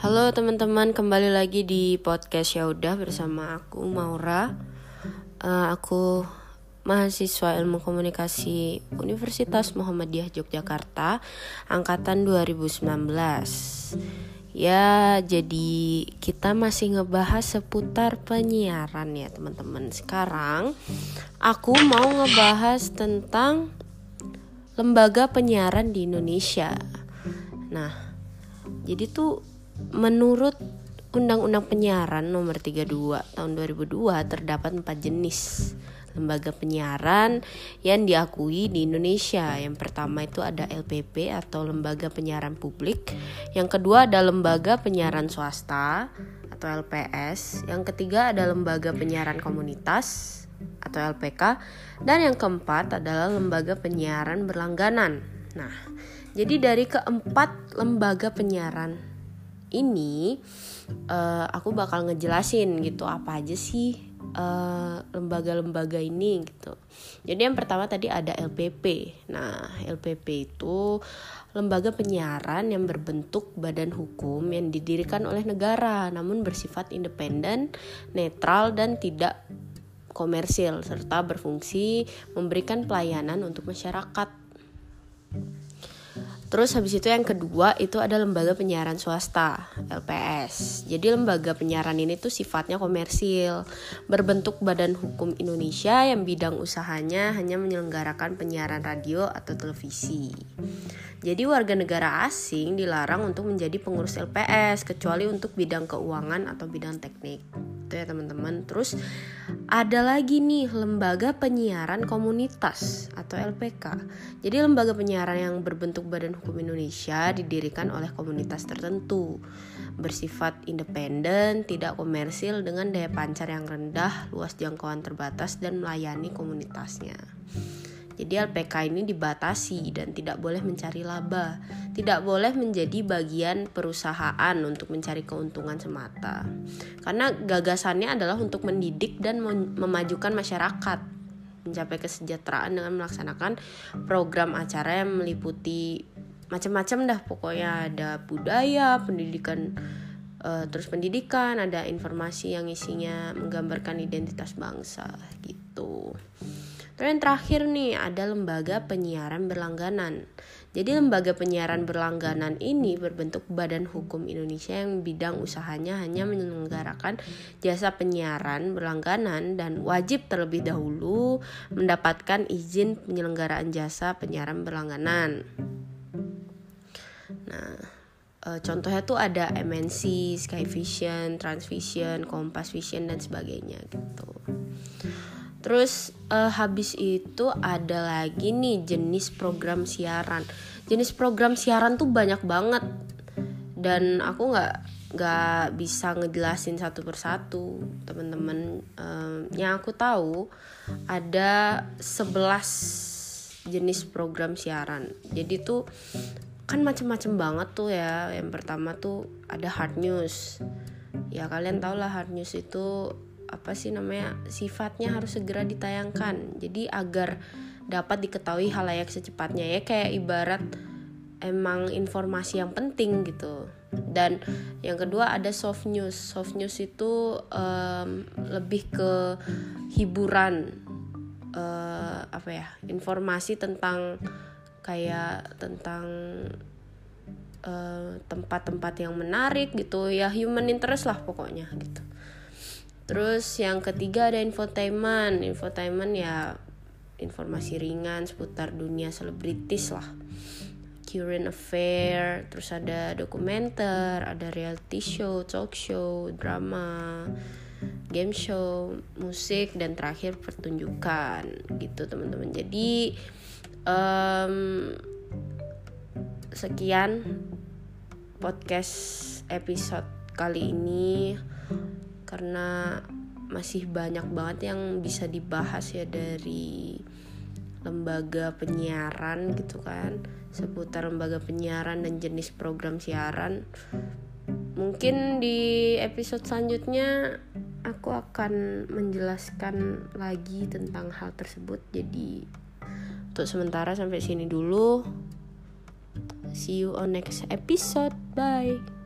Halo teman-teman, kembali lagi di podcast Ya Udah bersama aku Maura. Aku mahasiswa Ilmu Komunikasi Universitas Muhammadiyah Yogyakarta, angkatan 2019. Ya, jadi kita masih ngebahas seputar penyiaran ya teman-teman. Sekarang aku mau ngebahas tentang lembaga penyiaran di Indonesia. Nah, jadi tuh menurut Undang-Undang Penyiaran Nomor 32 Tahun 2002 terdapat 4 jenis lembaga penyiaran yang diakui di Indonesia. Yang pertama itu ada LPP atau Lembaga Penyiaran Publik. Yang kedua ada Lembaga Penyiaran Swasta atau LPS. Yang ketiga ada Lembaga Penyiaran Komunitas atau LPK. Dan yang keempat adalah Lembaga Penyiaran Berlangganan. Nah, jadi dari keempat lembaga penyiaran ini aku bakal ngejelasin gitu apa aja sih lembaga-lembaga ini gitu. Jadi yang pertama tadi ada LPP. Nah, LPP itu lembaga penyiaran yang berbentuk badan hukum yang didirikan oleh negara namun bersifat independen, netral dan tidak komersil serta berfungsi memberikan pelayanan untuk masyarakat. Terus habis itu yang kedua itu ada lembaga penyiaran swasta, LPS. Jadi lembaga penyiaran ini tuh sifatnya komersil, berbentuk badan hukum Indonesia yang bidang usahanya hanya menyelenggarakan penyiaran radio atau televisi. Jadi warga negara asing dilarang untuk menjadi pengurus LPS kecuali untuk bidang keuangan atau bidang teknik. Itu ya teman-teman. Terus ada lagi nih lembaga penyiaran komunitas atau LPK. Jadi lembaga penyiaran yang berbentuk badan hukum Indonesia didirikan oleh komunitas tertentu, bersifat independen, tidak komersil dengan daya pancar yang rendah, luas jangkauan terbatas dan melayani komunitasnya. Jadi LPK ini dibatasi dan tidak boleh mencari laba, tidak boleh menjadi bagian perusahaan untuk mencari keuntungan semata. Karena gagasannya adalah untuk mendidik dan memajukan masyarakat, mencapai kesejahteraan dengan melaksanakan program acara yang meliputi macam-macam dah, pokoknya ada budaya, pendidikan, terus pendidikan, ada informasi yang isinya menggambarkan identitas bangsa gitu. Terus yang terakhir nih ada lembaga penyiaran berlangganan. Jadi lembaga penyiaran berlangganan ini berbentuk badan hukum Indonesia yang bidang usahanya hanya menyelenggarakan jasa penyiaran berlangganan dan wajib terlebih dahulu mendapatkan izin penyelenggaraan jasa penyiaran berlangganan. Nah, contohnya tuh ada MNC, Sky Vision, Transvision, Kompas Vision dan sebagainya gitu. Terus habis itu ada lagi nih jenis program siaran. Jenis program siaran tuh banyak banget dan aku nggak bisa ngejelasin satu persatu teman-teman. Yang aku tahu ada 11 jenis program siaran. Jadi tuh kan macem-macem banget tuh ya. Yang pertama tuh ada hard news. Ya kalian tau lah hard news itu apa sih namanya, sifatnya harus segera ditayangkan. Jadi agar dapat diketahui halayak secepatnya ya, kayak ibarat emang informasi yang penting gitu. Dan yang kedua ada soft news. Soft news itu lebih ke hiburan, informasi tentang kayak tentang tempat-tempat yang menarik gitu ya, human interest lah pokoknya gitu. Terus yang ketiga ada infotainment. Infotainment ya informasi ringan seputar dunia selebritis lah, current affair. Terus ada dokumenter, ada reality show, talk show, drama, game show, musik, dan terakhir pertunjukan gitu teman-teman. Jadi sekian podcast episode kali ini, karena masih banyak banget yang bisa dibahas ya dari lembaga penyiaran gitu kan, seputar lembaga penyiaran dan jenis program siaran. Mungkin di episode selanjutnya aku akan menjelaskan lagi tentang hal tersebut. Jadi untuk sementara sampai sini dulu. See you on next episode. Bye.